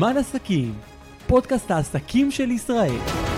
זמן עסקים, פודקאסט העסקים של ישראל.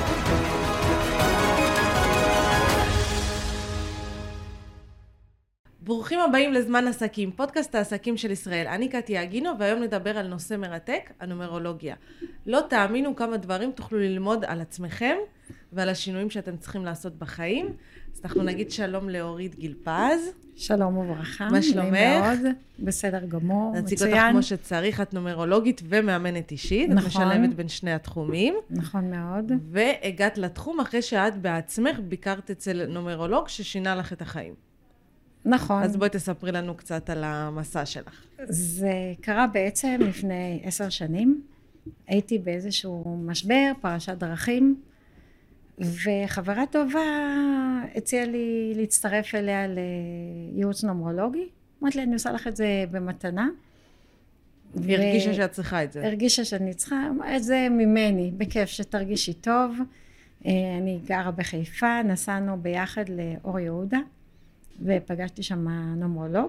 ברוכים הבאים לזמן עסקים, פודקאסט העסקים של ישראל. אני קטיה אגינו, והיום נדבר על נושא מרתק, הנומרולוגיה. לא תאמינו כמה דברים תוכלו ללמוד על עצמכם ועל השינויים שאתם צריכים לעשות בחיים. אז אנחנו נגיד שלום לאורית גילפז. שלום וברכה. מה שלומך? בסדר גמור, מצוין. נציג אותך כמו שצריך, את נומרולוגית ומאמנת אישית. נכון. את משלבת בין שני התחומים. נכון מאוד. והגעת לתחום אחרי שאת בעצמך ביקרת אצל נומרולוג ששינה לך את החיים. נכון. אז בואי תספרי לנו קצת על המסע שלך. זה קרה בעצם לפני 10 שנים. הייתי באיזשהו משבר, פרשת דרכים, וחברה טובה הציעה לי להצטרף אליה לייעוץ נומרולוגי. אמרתי לי, אני עושה לך את זה במתנה. והיא הרגישה שאת צריכה את זה. הרגישה שאני צריכה את זה ממני, בכיף שתרגישי טוב. אני גרה בחיפה, נסענו ביחד לאור יהודה. ופגשתי שם נומרולוג,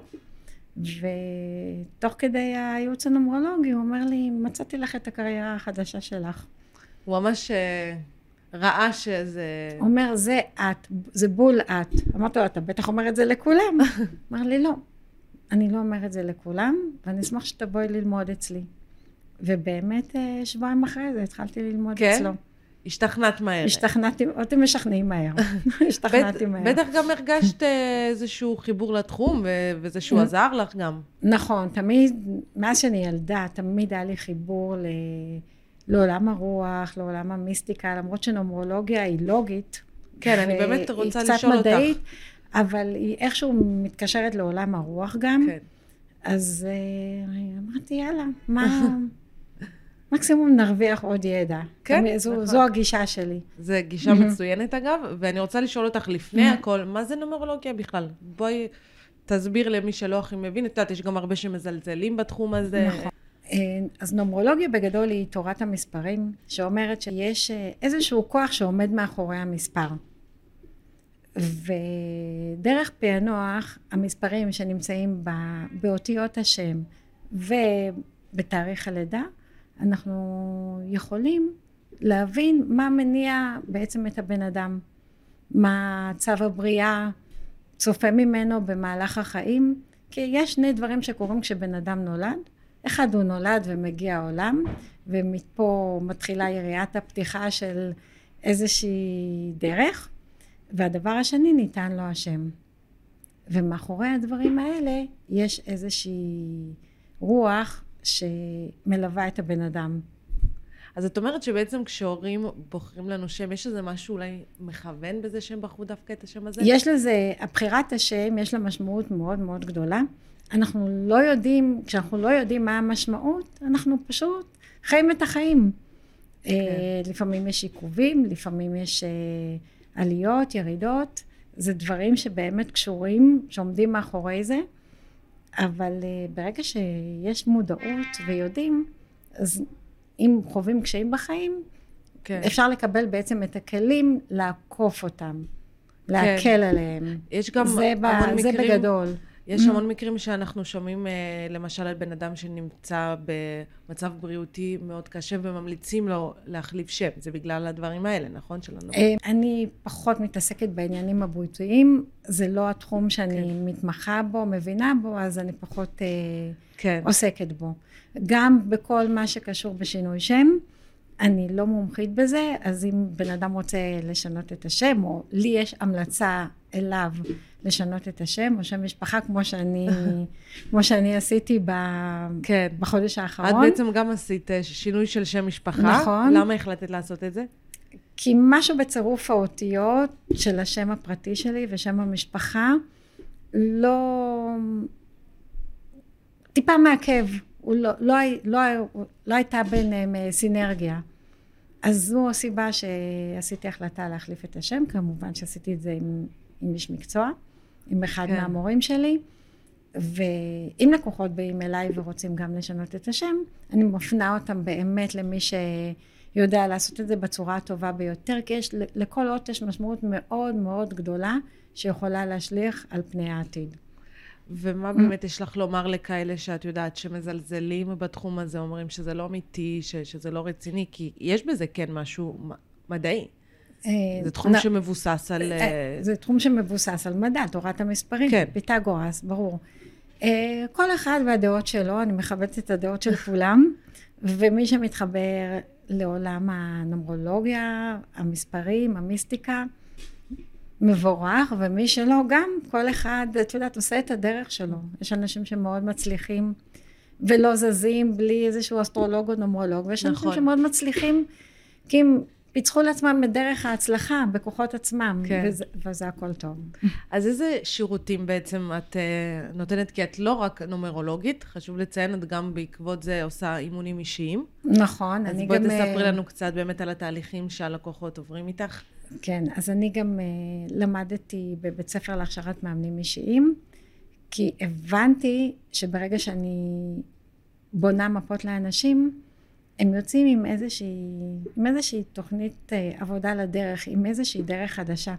ותוך כדי הייעוץ הנומרולוגי הוא אומר לי, מצאתי לך את הקריירה החדשה שלך. הוא ממש ראה שזה... הוא אומר, זה את, זה בול את. אמרתי לו, אתה בטח אומר את זה לכולם. אמר לי, לא, אני לא אומר את זה לכולם, ואני אשמח שתבואי ללמוד אצלי. ובאמת שבועיים אחרי זה התחלתי ללמוד אצלו. השתכנעת מהר. השתכנעתי, אותי משכנעים מהר. השתכנעתי מהר. בטח גם הרגשת איזשהו חיבור לתחום, וזה שהוא עזר לך גם. נכון, תמיד, מאז שאני ילדה, תמיד היה לי חיבור לעולם הרוח, לעולם המיסטיקה, למרות שנומרולוגיה היא לוגית. כן, אני באמת רוצה לשאול אותך. היא קצת מדעית, אבל היא איכשהו מתקשרת לעולם הרוח גם. כן. אז אמרתי, יאללה, מה... מקסימום נרוויח עוד ידע. כן, זו הגישה שלי. זו גישה מצוינת אגב, ואני רוצה לשאול אותך לפני הכל, מה זה נומרולוגיה בכלל? בואי תסביר למי שלא הכי מבין, את יודעת, יש גם הרבה שמזלזלים בתחום הזה. נכון. אז נומרולוגיה בגדול היא תורת המספרים, שאומרת שיש איזשהו כוח שעומד מאחורי המספר. ודרך פענוח המספרים שנמצאים באותיות השם ובתאריך הלידה, אנחנו יכולים להבין מה מניע בעצם את הבן אדם, מה צו הבריאה צופה ממנו במהלך החיים, כי יש שני דברים שקורים כשבן אדם נולד. אחד הוא נולד ומגיע העולם, ומפה מתחילה יריית הפתיחה של איזושהי דרך, והדבר השני ניתן לו השם. ומאחורי הדברים האלה יש איזושהי רוח שמלווה את הבן אדם. אז את אומרת שבעצם כשהורים בוחרים לנו שם, יש איזה משהו אולי מכוון בזה שהם בחרו דווקא את השם הזה? יש לזה, הבחירת השם יש לה משמעות מאוד מאוד גדולה. אנחנו לא יודעים, כשאנחנו לא יודעים מה המשמעות, אנחנו פשוט חיים את החיים. לפעמים יש עיכובים, לפעמים יש עליות, ירידות. זה דברים שבאמת קשורים, שעומדים מאחורי זה. אבל ברגע שיש מודעות ויודעים, אז אם חווים קשיים בחיים, כן. אפשר לקבל בעצם את הכלים לעקוף אותם, להקל עליהם. יש גם זה בגדול. יש המון מקרים שאנחנו שומעים, למשל על בן אדם שנמצא במצב בריאותי מאוד קשה, וממליצים לו להחליף שם. זה בגלל הדברים האלה, נכון? שלנו. אני פחות מתעסקת בעניינים הבריאותיים, זה לא התחום שאני מתמחה בו, מבינה בו, אז אני פחות עוסקת בו. גם בכל מה שקשור בשינוי שם, אני לא מומחית בזה, אז אם בן אדם רוצה לשנות את השם, או לי יש המלצה אליו לשנות את השם, או שם משפחה, כמו שאני עשיתי בחודש האחרון. את בעצם גם עשית שינוי של שם משפחה. נכון. למה החלטת לעשות את זה? כי משהו בצירוף האותיות של השם הפרטי שלי ושם המשפחה, טיפה מעכב. לא הייתה ביניהם סינרגיה. אז זו הסיבה שעשיתי החלטה להחליף את השם, כמובן שעשיתי את זה עם איש מקצוע, עם אחד מהמורים שלי, ואם לקוחות באים אליי ורוצים גם לשנות את השם, אני מפנה אותם באמת למי שיודע לעשות את זה בצורה הטובה ביותר, כי לכל אות יש משמעות מאוד מאוד גדולה, שיכולה להשליך על פני העתיד. ומה באמת יש לך לומר לכאלה שאת יודעת שמזלזלים בתחום הזה, אומרים שזה לא אמיתי, שזה לא רציני, כי יש בזה כן משהו מדעי. זה תחום שמבוסס על... זה תחום שמבוסס על מדע, תורת המספרים, כן. פיתגורס, ברור. כל אחד והדעות שלו, אני מכבדת את הדעות של כולם, ומי שמתחבר לעולם הנומרולוגיה, המספרים, המיסטיקה, מבורך, ומי שלא גם, כל אחד, את יודעת, עושה את הדרך שלו. יש אנשים שמאוד מצליחים ולא זזים בלי איזשהו אסטרולוג או נומרולוג, ויש אנשים שמאוד מצליחים, כי הם פיצחו לעצמם בדרך ההצלחה, בכוחות עצמם, כן. וזה הכל טוב. אז איזה שירותים בעצם את נותנת? כי את לא רק נומרולוגית, חשוב לציין, את גם בעקבות זה עושה אימונים אישיים. נכון, אז אני בואי גם... תספרי לנו קצת באמת על התהליכים שהלקוחות עוברים איתך. כן, אז אני גם למדתי בבית ספר להכשרת מאמנים אישיים, כי הבנתי שברגע שאני בונה מפות לאנשים, הם יוצאים עם איזושהי תוכנית עבודה לדרך, עם איזושהי דרך חדשה.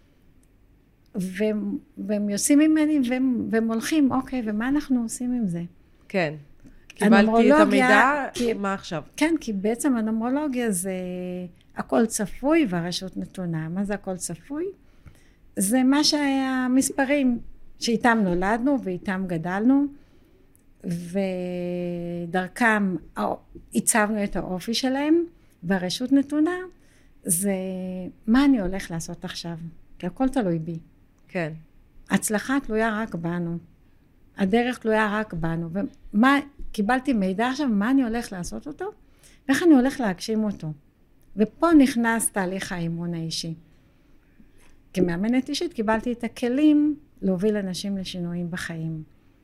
והם יוצאים ממני והם הולכים, אוקיי, ומה אנחנו עושים עם זה? כן. קיבלתי את המידע, מה עכשיו? כן, כי בעצם הנומרולוגיה זה הכל צפוי והרשות נתונה. מה זה הכל צפוי? זה מה שהמספרים שאיתם נולדנו ואיתם גדלנו, ודרכם עיצבנו את האופי שלהם, והרשות נתונה זה מה אני הולך לעשות עכשיו, כי הכל תלוי בי. כן. הצלחה תלויה רק בנו, הדרך תלויה רק בנו, ומה, קיבלתי מידע עכשיו מה אני הולך לעשות אותו, ואיך אני הולך להגשים אותו. ופה נכנס תהליך האימון האישי. כמאמנת אישית קיבלתי את הכלים להוביל אנשים לשינויים בחיים.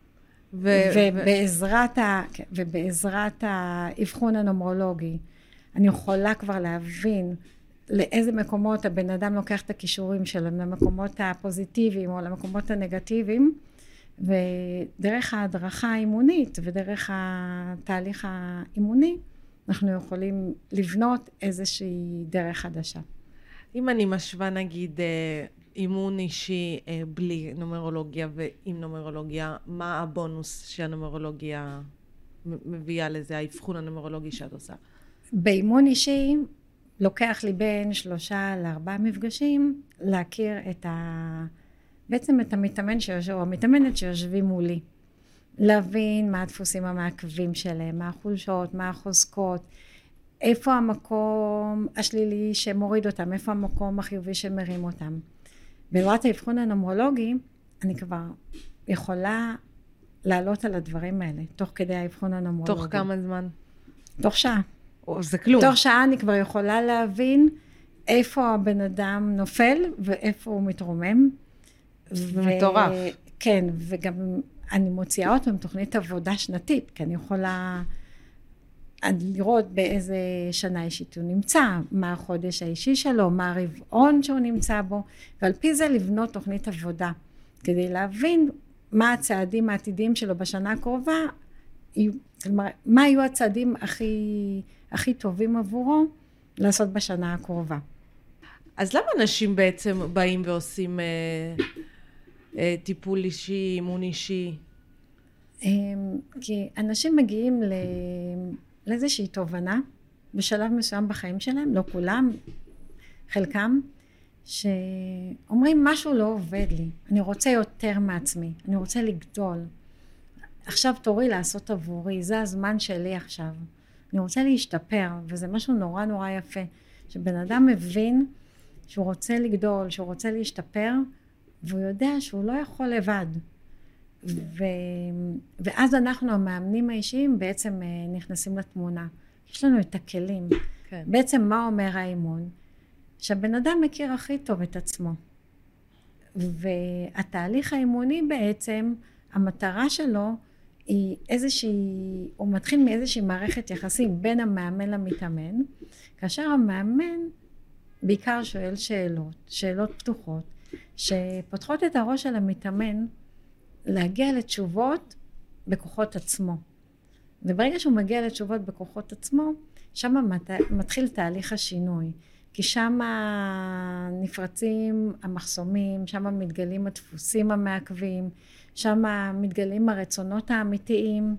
ובעזרת האבחון הנומרולוגי, אני יכולה כבר להבין לאיזה מקומות הבן אדם לוקח את הכישורים שלו, למקומות הפוזיטיביים או למקומות הנגטיביים, ודרך ההדרכה האימונית ודרך התהליך האימוני, אנחנו יכולים לבנות איזושהי דרך חדשה. אם אני משווה נגיד אימון אישי בלי נומרולוגיה ועם נומרולוגיה, מה הבונוס שהנומרולוגיה מביאה לזה, האבחון הנומרולוגי שאת עושה? באימון אישי לוקח לי בין 3 ל4 מפגשים להכיר בעצם את המתאמן שיושב, או המתאמנת שיושבים מולי. להבין מה הדפוסים המעכבים שלהם, מה החולשות, מה החוזקות, איפה המקום השלילי שמוריד אותם, איפה המקום החיובי שמרים אותם. בעזרת האבחון הנומרולוגי, אני כבר יכולה לעלות על הדברים האלה, תוך כדי האבחון הנומרולוגי. תוך כמה זמן? תוך שעה. זה כלום. תוך שעה אני כבר יכולה להבין איפה הבן אדם נופל, ואיפה הוא מתרומם. מטורף. כן, וגם אני מוציאה אותם תוכנית עבודה שנתית, כי אני יכולה לראות באיזה שנה אישית הוא נמצא, מה החודש האישי שלו, מה הרבעון שהוא נמצא בו, ועל פי זה לבנות תוכנית עבודה, כדי להבין מה הצעדים העתידיים שלו בשנה הקרובה, כלומר, מה יהיו הצעדים הכי טובים עבורו לעשות בשנה הקרובה. אז למה אנשים בעצם באים ועושים טיפול אישי, אימון אישי? כי אנשים מגיעים לאיזושהי תובנה בשלב מסוים בחיים שלהם, לא כולם, חלקם, שאומרים משהו לא עובד לי, אני רוצה יותר מעצמי, אני רוצה לגדול, עכשיו תורי לעשות עבורי, זה הזמן שלי עכשיו, אני רוצה להשתפר, וזה משהו נורא נורא יפה, שבן אדם מבין שהוא רוצה לגדול, שהוא רוצה להשתפר, והוא יודע שהוא לא יכול לבד. ואז אנחנו המאמנים האישיים בעצם נכנסים לתמונה. יש לנו את הכלים. כן. בעצם מה אומר האימון? שהבן אדם מכיר הכי טוב את עצמו. והתהליך האימוני בעצם, המטרה שלו היא הוא מתחיל מאיזושהי מערכת יחסים בין המאמן למתאמן, כאשר המאמן בעיקר שואל שאלות פתוחות, שפותחות את הראש של המתאמן להגיע לתשובות בכוחות עצמו. וברגע שהוא מגיע לתשובות בכוחות עצמו, שם מתחיל תהליך השינוי. כי שם נפרצים המחסומים, שם מתגלים הדפוסים המעכבים, שם מתגלים הרצונות האמיתיים,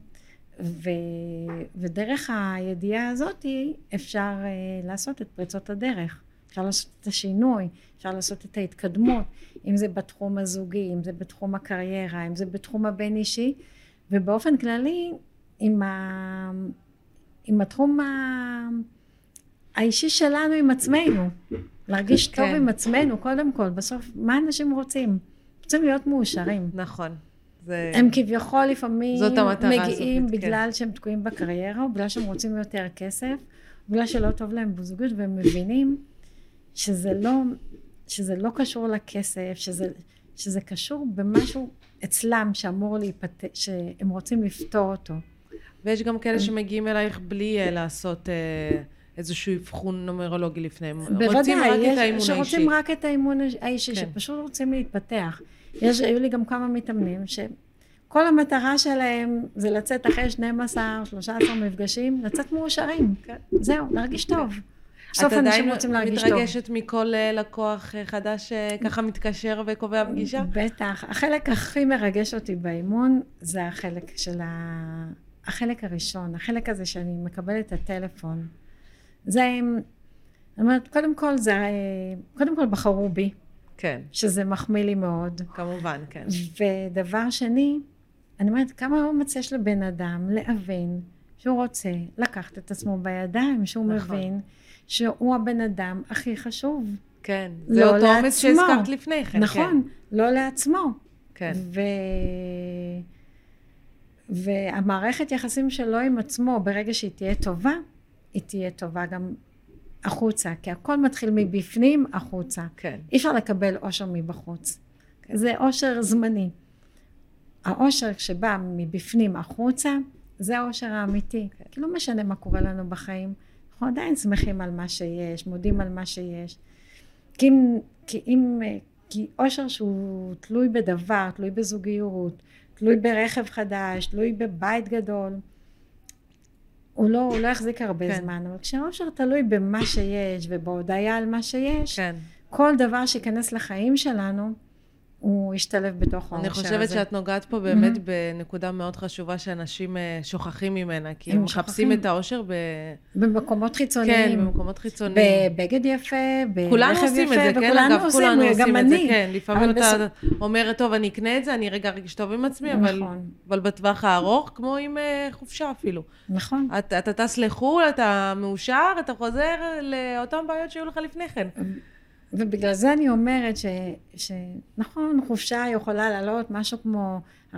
ודרך הידיעה הזאת אפשר לעשות את פריצות הדרך, אפשר לעשות את השינוי, אפשר לעשות את ההתקדמות, אם זה בתחום הזוגי, אם זה בתחום הקריירה, אם זה בתחום הבין אישי, ובאופן כללי עם התחום האישי שלנו עם עצמנו, להרגיש טוב עם עצמנו קודם כל. בסוף מה אנשים רוצים? רוצים להיות מאושרים. נכון. הם כביכול לפעמים מגיעים בגלל שהם תקועים בקריירה, או בגלל שהם רוצים יותר כסף, בגלל שלא טוב להם בזוגיות, והם מבינים שזה לא קשור לכסף, שזה קשור במשהו אצלם שאמור להיפתר, שהם רוצים לפתור אותו. ויש גם כאלה שמגיעים אלייך בלי לעשות איזשהו אבחון נומרולוגי לפניהם. רוצים רק את האימון האישי. שרוצים רק את האימון האישי, שפשוט רוצים להתפתח. היו לי גם כמה מתאמנים שכל המטרה שלהם זה לצאת אחרי 12-13 מפגשים, לצאת מאושרים. זהו, להרגיש טוב. את עדיין מתרגשת מכל לקוח חדש ככה מתקשר וקובע פגישה? בטח. החלק הכי מרגש אותי באימון זה החלק הראשון, החלק הזה שאני מקבלת את הטלפון. זה, אני אומרת, קודם כל בחרו בי. כן. שזה מחמיא לי מאוד. כמובן, כן. ודבר שני, אני אומרת, כמה אומץ יש לבן אדם להבין שהוא רוצה לקחת את עצמו בידיים, שהוא מבין שהוא הבן אדם הכי חשוב. כן, זה אותו אומץ שהזכרת לפני כן. נכון, לא לעצמו. כן. והמערכת יחסים שלו עם עצמו, ברגע שהיא תהיה טובה, היא תהיה טובה גם החוצה, כי הכל מתחיל מבפנים החוצה. כן. אי אפשר לקבל אושר מבחוץ. כן. זה אושר זמני. האושר שבא מבפנים החוצה, זה האושר האמיתי. כן. כי לא משנה מה קורה לנו בחיים, אנחנו עדיין שמחים על מה שיש, מודים על מה שיש. כי אושר שהוא תלוי בדבר, תלוי בזוגיות, תלוי ברכב חדש, תלוי בבית גדול, הוא לא יחזיק הרבה זמן, אבל כשהאושר תלוי במה שיש ובהודעה על מה שיש, כל דבר שיכנס לחיים שלנו, הוא ישתלב בתוך האושר הזה. אני חושבת שאת נוגעת פה באמת בנקודה מאוד חשובה שאנשים שוכחים ממנה, כי הם מחפשים את האושר במקומות חיצוניים. כן, במקומות חיצוניים. בבגד יפה, כולנו עושים את זה, כן, אגב, כולנו עושים את זה, כן. לפעמים אתה אומרת, טוב, אני אקנה את זה, אני רגע ארגיש טוב עם עצמי, אבל בטווח הארוך, כמו עם חופשה אפילו. נכון. אתה טס לחו"ל, אתה מאושר, אתה חוזר לאותן בעיות שהיו לך לפני כן. ובגלל זה אני אומרת שנכון, חופשה יכולה לעלות משהו כמו 4,000-5,000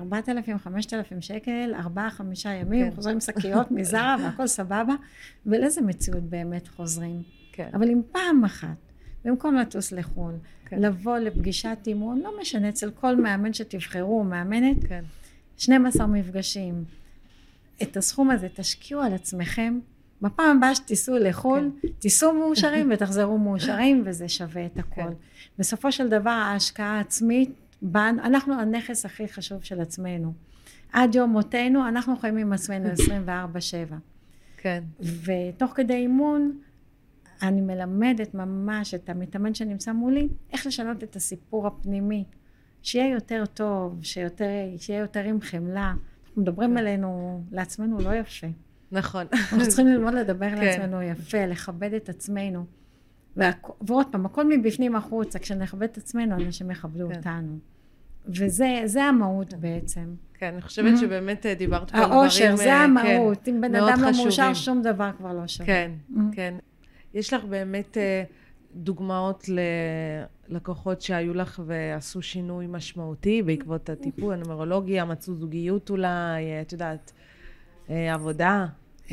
שקל, 4-5 ימים, כן. חוזרים שקיות מזרה והכל סבבה, ולאיזה מציאות באמת חוזרים. כן. אבל אם פעם אחת, במקום לטוס לחו"ל, כן. לבוא לפגישת אימון, לא משנה, אצל כל מאמן שתבחרו, מאמנת, כן. 12 מפגשים, את הסכום הזה תשקיעו על עצמכם, בפעם הבאה שתיסעו לחו"ל, תיסעו מאושרים ותחזרו מאושרים, וזה שווה את הכל. בסופו של דבר, ההשקעה העצמית, אנחנו הנכס הכי חשוב של עצמנו. עד יום מותנו, אנחנו חיים עם עצמנו 24/7. כן. ותוך כדי אימון, אני מלמדת ממש את המתאמן שנמצא מולי, איך לשנות את הסיפור הפנימי, שיהיה יותר טוב, שיהיה יותר עם חמלה. אנחנו מדברים עלינו, לעצמנו לא יפה. נכון. אנחנו צריכים ללמוד לדבר לעצמנו יפה, לכבד את עצמנו. ועוד פעם, הכל מבפנים החוצה, כשנכבד את עצמנו, אנשים יכבדו אותנו. וזה המהות בעצם. כן, אני חושבת שבאמת דיברת פה על דברים האושר, זה המהות. אם בן אדם לא מאושר, שום דבר כבר לא שווה. כן, כן. יש לך באמת דוגמאות ללקוחות שהיו לך ועשו שינוי משמעותי בעקבות הטיפול, הנומרולוגיה, מצאו זוגיות אולי, את יודעת, עבודה?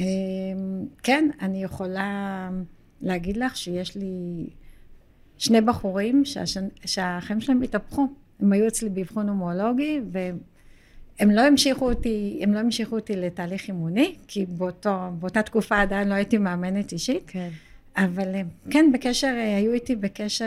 כן, אני יכולה להגיד לך שיש לי 2 בחורים שהחיים שלהם התהפכו. הם היו אצלי באבחון נומרולוגי, והם לא המשיכו אותי לתהליך אימוני, כי באותה תקופה עדיין לא הייתי מאמנת אישית. כן. אבל כן, היו איתי בקשר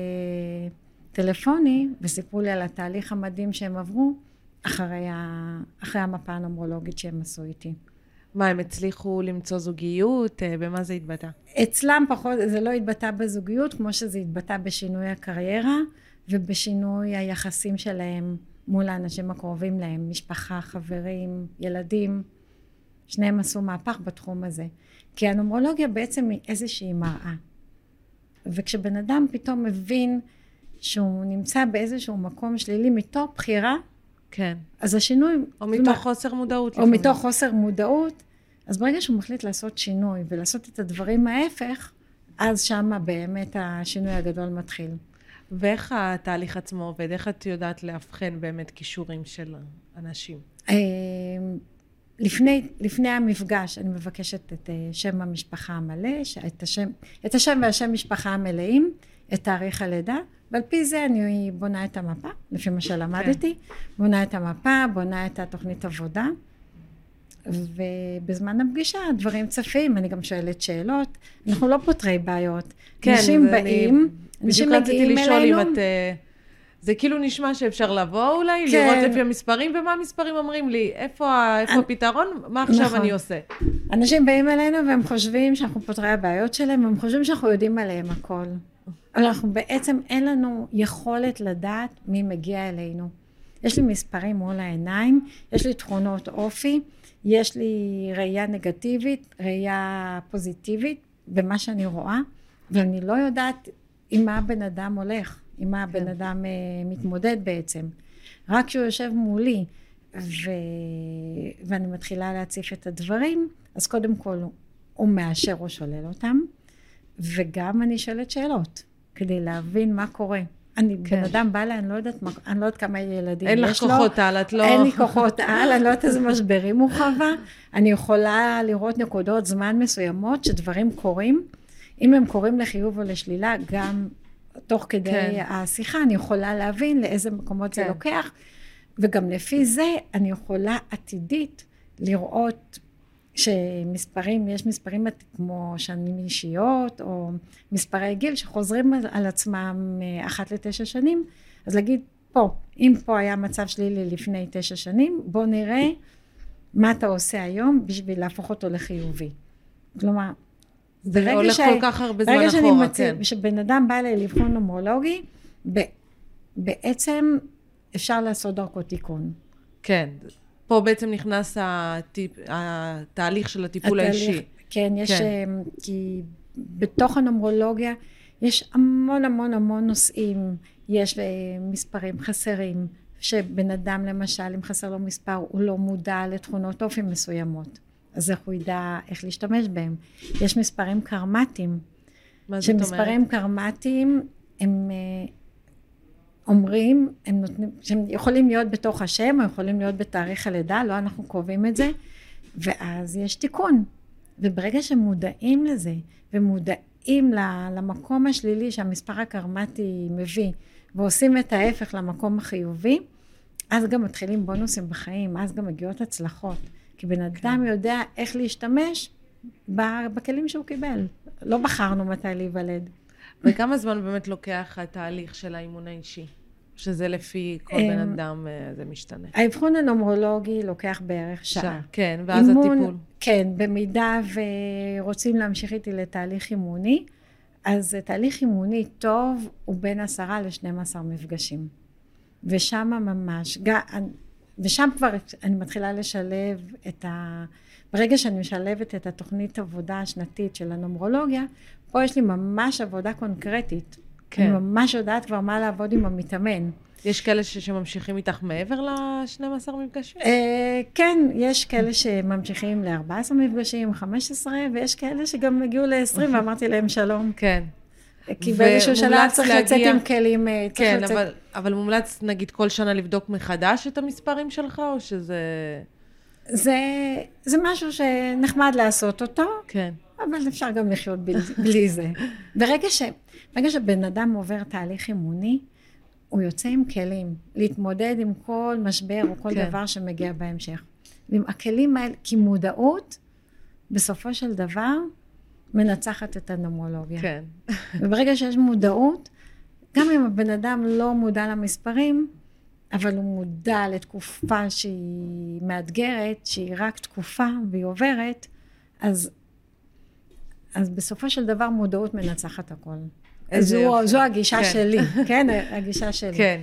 טלפוני, וסיפרו לי על התהליך המדהים שהם עברו, אחרי המפה הנומרולוגית שהם עשו איתי. מה, הם הצליחו למצוא זוגיות? במה זה התבטא? אצלם פחות, זה לא התבטא בזוגיות, כמו שזה התבטא בשינוי הקריירה, ובשינוי היחסים שלהם מול האנשים הקרובים להם, משפחה, חברים, ילדים, שניהם עשו מהפך בתחום הזה. כי הנומרולוגיה בעצם היא איזושהי מראה. וכשבן אדם פתאום מבין שהוא נמצא באיזשהו מקום שלילי מתוך בחירה, כן. אז השינוי... או מתוך חוסר מודעות. או מתוך חוסר מודעות, אז ברגע שהוא מחליט לעשות שינוי ולעשות את הדברים ההפך, אז שמה באמת השינוי הגדול מתחיל. ואיך התהליך עצמו עובד? איך את יודעת להבחן באמת כישורים של אנשים? לפני המפגש אני מבקשת את שם המשפחה המלא, את השם והשם משפחה המלאים, את תאריך הלידה, ועל פי זה אני בונה את המפה, לפי מה שלמדתי, בונה את המפה, בונה את התוכנית עבודה, ובזמן הפגישה הדברים צפים, אני גם שואלת שאלות, אנחנו לא פותרי בעיות, כן, אנשים באים, אנשים מגיעים אלינו, זה כאילו נשמע שאפשר לבוא אולי, כן. לראות לפי המספרים, ומה המספרים אומרים לי, איפה הפתרון, מה עכשיו נכון. אני עושה? אנשים באים אלינו והם חושבים שאנחנו פותרי הבעיות שלהם, והם חושבים שאנחנו יודעים עליהם הכל. אבל אנחנו בעצם אין לנו יכולת לדעת מי מגיע אלינו. יש לי מספרים מול העיניים, יש לי תכונות אופי, יש לי ראייה נגטיבית, ראייה פוזיטיבית, במה שאני רואה, ואני לא יודעת עם מה הבן אדם הולך, עם מה הבן אדם מתמודד בעצם. רק כשהוא יושב מולי, ואני מתחילה להציף את הדברים, אז קודם כל הוא מאשר או שולל אותם, וגם אני שואלת שאלות, כדי להבין מה קורה. בן אדם בא לה, אני לא יודעת כמה ילדים יש לו. אין לך כוחות על, את לא... אין לי כוחות על, אני לא יודעת איזה משברים הוא חווה. אני יכולה לראות נקודות זמן מסוימות שדברים קורים. אם הם קורים לחיוב או לשלילה, גם תוך כדי השיחה, אני יכולה להבין לאיזה מקומות זה לוקח. וגם לפי זה, אני יכולה עתידית לראות שמספרים, יש מספרים כמו שנים אישיות, או מספרי גיל שחוזרים על עצמם 1 ל9 שנים, אז להגיד פה, אם פה היה מצב שלילי לפני 9 שנים, בוא נראה מה אתה עושה היום בשביל להפוך אותו לחיובי. כלומר, זה הולך כל כך הרבה זמן אחורה, כן. כשבן אדם בא אליי לבחון נומרולוגי, בעצם אפשר לעשות דרכו תיקון. כן. פה בעצם נכנס התהליך של הטיפול האישי. כן, יש, כי בתוך הנומרולוגיה יש המון המון המון נושאים, יש מספרים חסרים, שבן אדם למשל, אם חסר לו מספר, הוא לא מודע לתכונות אופי מסוימות, אז איך הוא ידע איך להשתמש בהם. יש מספרים קרמטיים, שמספרים קרמטיים הם אומרים, הם נותנים, שהם יכולים להיות בתוך השם, או יכולים להיות בתאריך הלידה, לא אנחנו קובעים את זה, ואז יש תיקון. וברגע שמודעים לזה, ומודעים למקום השלילי שהמספר הקרמטי מביא, ועושים את ההפך למקום החיובי, אז גם מתחילים בונוסים בחיים, אז גם מגיעות הצלחות. כי בן אדם יודע איך להשתמש בכלים שהוא קיבל. לא בחרנו מתי להיוולד. וכמה זמן באמת לוקח התהליך של האימון האישי? שזה לפי כל בן אדם זה משתנה. האבחון הנומרולוגי לוקח בערך שעה. כן, ואז הטיפול. כן, במידה ורוצים להמשיך איתי לתהליך אימוני, אז תהליך אימוני טוב הוא בין 10 ל-12 מפגשים. ושם ממש, ושם כבר אני מתחילה לשלב ברגע שאני משלבת את התוכנית עבודה השנתית של הנומרולוגיה, פה יש לי ממש עבודה קונקרטית. כן. אני ממש יודעת כבר מה לעבוד עם המתאמן. יש כאלה שממשיכים איתך מעבר ל-12 מפגשים? כן, יש כאלה שממשיכים ל-14 מפגשים, 15, ויש כאלה שגם הגיעו ל-20 ואמרתי להם שלום. כן. כי באיזשהו שלב צריך לצאת עם כלים. כן, אבל מומלץ נגיד כל שנה לבדוק מחדש את המספרים שלך, או שזה... זה משהו שנחמד לעשות אותו. כן. אבל אפשר גם לחיות בלי זה. ברגע שבן אדם עובר תהליך אימוני, הוא יוצא עם כלים, להתמודד עם כל משבר או כל דבר שמגיע בהמשך. ועם הכלים האלה, כי מודעות, בסופו של דבר, מנצחת את הנומרולוגיה. כן. וברגע שיש מודעות, גם אם הבן אדם לא מודע למספרים, אבל הוא מודע לתקופה שהיא מאתגרת, שהיא רק תקופה והיא עוברת, אז בסופו של דבר מודעות מנצחת הכל. זו הגישה שלי, כן, הגישה שלי. כן.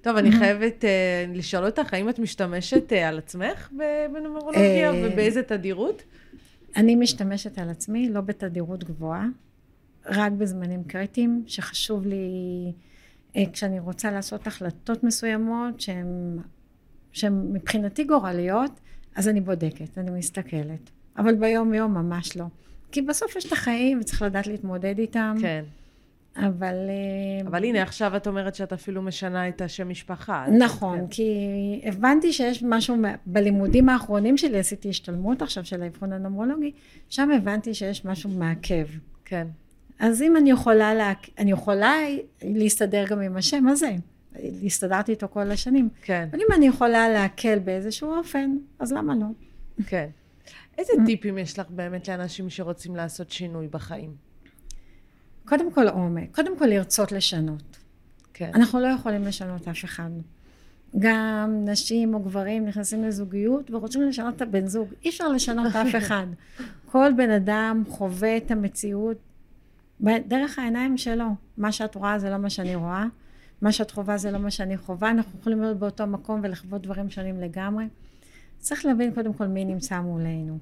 טוב, אני חייבת לשאול אותך, האם את משתמשת על עצמך בנומרולוגיה ובאיזה תדירות? אני משתמשת על עצמי, לא בתדירות גבוהה, רק בזמנים קריטיים, שחשוב לי, כשאני רוצה לעשות החלטות מסוימות, שהן מבחינתי גורליות, אז אני בודקת, אני מסתכלת. אבל ביום יום ממש לא. כי בסוף יש את החיים וצריך לדעת להתמודד איתם. כן. אבל הנה, עכשיו את אומרת שאת אפילו משנה את השם משפחה. נכון, כן. כי הבנתי שיש משהו, בלימודים האחרונים שלי עשיתי השתלמות עכשיו של האבחון הנומרולוגי, שם הבנתי שיש משהו מעכב. כן. אז אם אני יכולה להסתדר גם עם השם הזה, הסתדרתי איתו כל השנים. כן. אבל אם אני יכולה להקל באיזשהו אופן, אז למה לא? כן. איזה טיפים יש לך באמת לאנשים שרוצים לעשות שינוי בחיים? קודם כל עומק, קודם כל לרצות לשנות. כן. אנחנו לא יכולים לשנות אף אחד. גם נשים או גברים נכנסים לזוגיות ורוצים לשנות את הבן זוג. אי אפשר לשנות אף אחד. כל בן אדם חווה את המציאות דרך העיניים שלו. מה שאת רואה זה לא מה שאני רואה. מה שאת חווה זה לא מה שאני חווה. אנחנו יכולים להיות באותו מקום ולחוות דברים שונים לגמרי. צריך להבין קודם כל מי נמצא מולנו.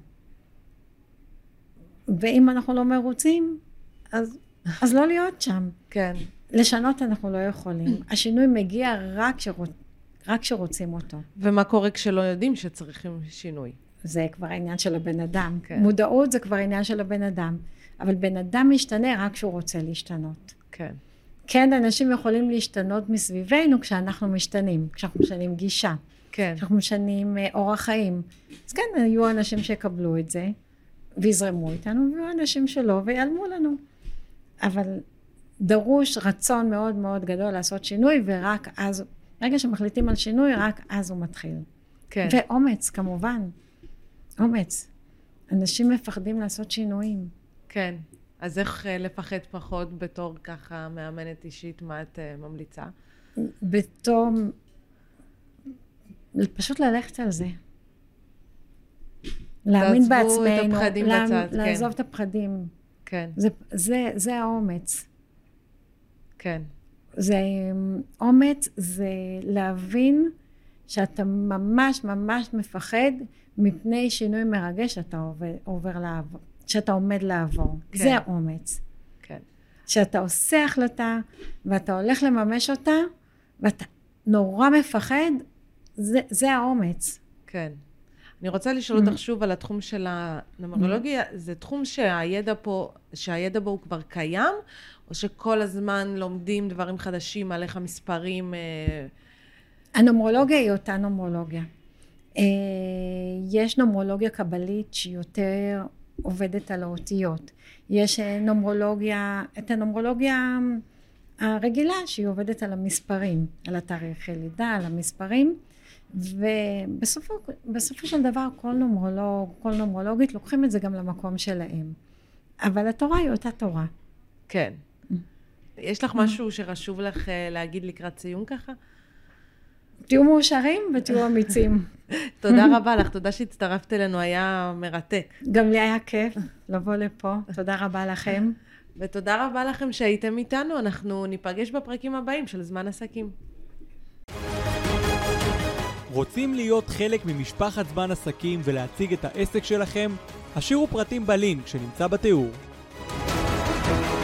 ואם אנחנו לא מרוצים, אז לא להיות שם. כן. לשנות אנחנו לא יכולים. השינוי מגיע רק שרוצים אותו. ומה קורה כשלא יודעים שצריכים שינוי? זה כבר העניין של הבן אדם. כן. מודעות זה כבר העניין של הבן אדם. אבל בן אדם משתנה רק כשהוא רוצה להשתנות. כן. כן, אנשים יכולים להשתנות מסביבנו כשאנחנו משתנים. כשאנחנו משנים גישה. כן. כשאנחנו משנים אורח חיים. אז כן, היו אנשים שיקבלו את זה, ויזרמו איתנו, והיו אנשים שלא, ויעלמו לנו. אבל דרוש רצון מאוד מאוד גדול לעשות שינוי, ורק אז, רגע שמחליטים על שינוי, רק אז הוא מתחיל. כן. ואומץ, כמובן. אומץ. אנשים מפחדים לעשות שינויים. כן. אז איך לפחד פחות בתור ככה מאמנת אישית, מה את ממליצה? בתור, פשוט ללכת על זה. להאמין בעצמנו. לעזבו את הפחדים בצד, כן. לעזוב את הפחדים. כן. זה האומץ. כן. זה אומץ, זה להבין שאתה ממש ממש מפחד מפני שינוי מרגש שאתה עומד לעבור. כן. זה האומץ. כן. שאתה עושה החלטה ואתה הולך לממש אותה ואתה נורא מפחד, זה האומץ. כן. אני רוצה לשאול אותך שוב על התחום של הנומרולוגיה, זה תחום שהידע בו הוא כבר קיים, או שכל הזמן לומדים דברים חדשים על איך המספרים? הנומרולוגיה היא אותה נומרולוגיה. יש נומרולוגיה קבלית שהיא יותר עובדת על האותיות. יש את הנומרולוגיה הרגילה שהיא עובדת על המספרים, על התאריך לידה, על המספרים. ובסופו של דבר כל נומרולוג, כל נומרולוגית לוקחים את זה גם למקום שלהם. אבל התורה היא אותה תורה. כן. יש לך משהו שחשוב לך להגיד לקראת סיום ככה? תהיו מאושרים ותהיו אמיצים. תודה רבה לך, תודה שהצטרפת אלינו, היה מרתק. גם לי היה כיף לבוא לפה, תודה רבה לכם. ותודה רבה לכם שהייתם איתנו, אנחנו ניפגש בפרקים הבאים של זמן עסקים. רוצים להיות חלק ממשפחת זמן עסקים ולהציג את העסק שלכם? השאירו פרטים בלינק שנמצא בתיאור.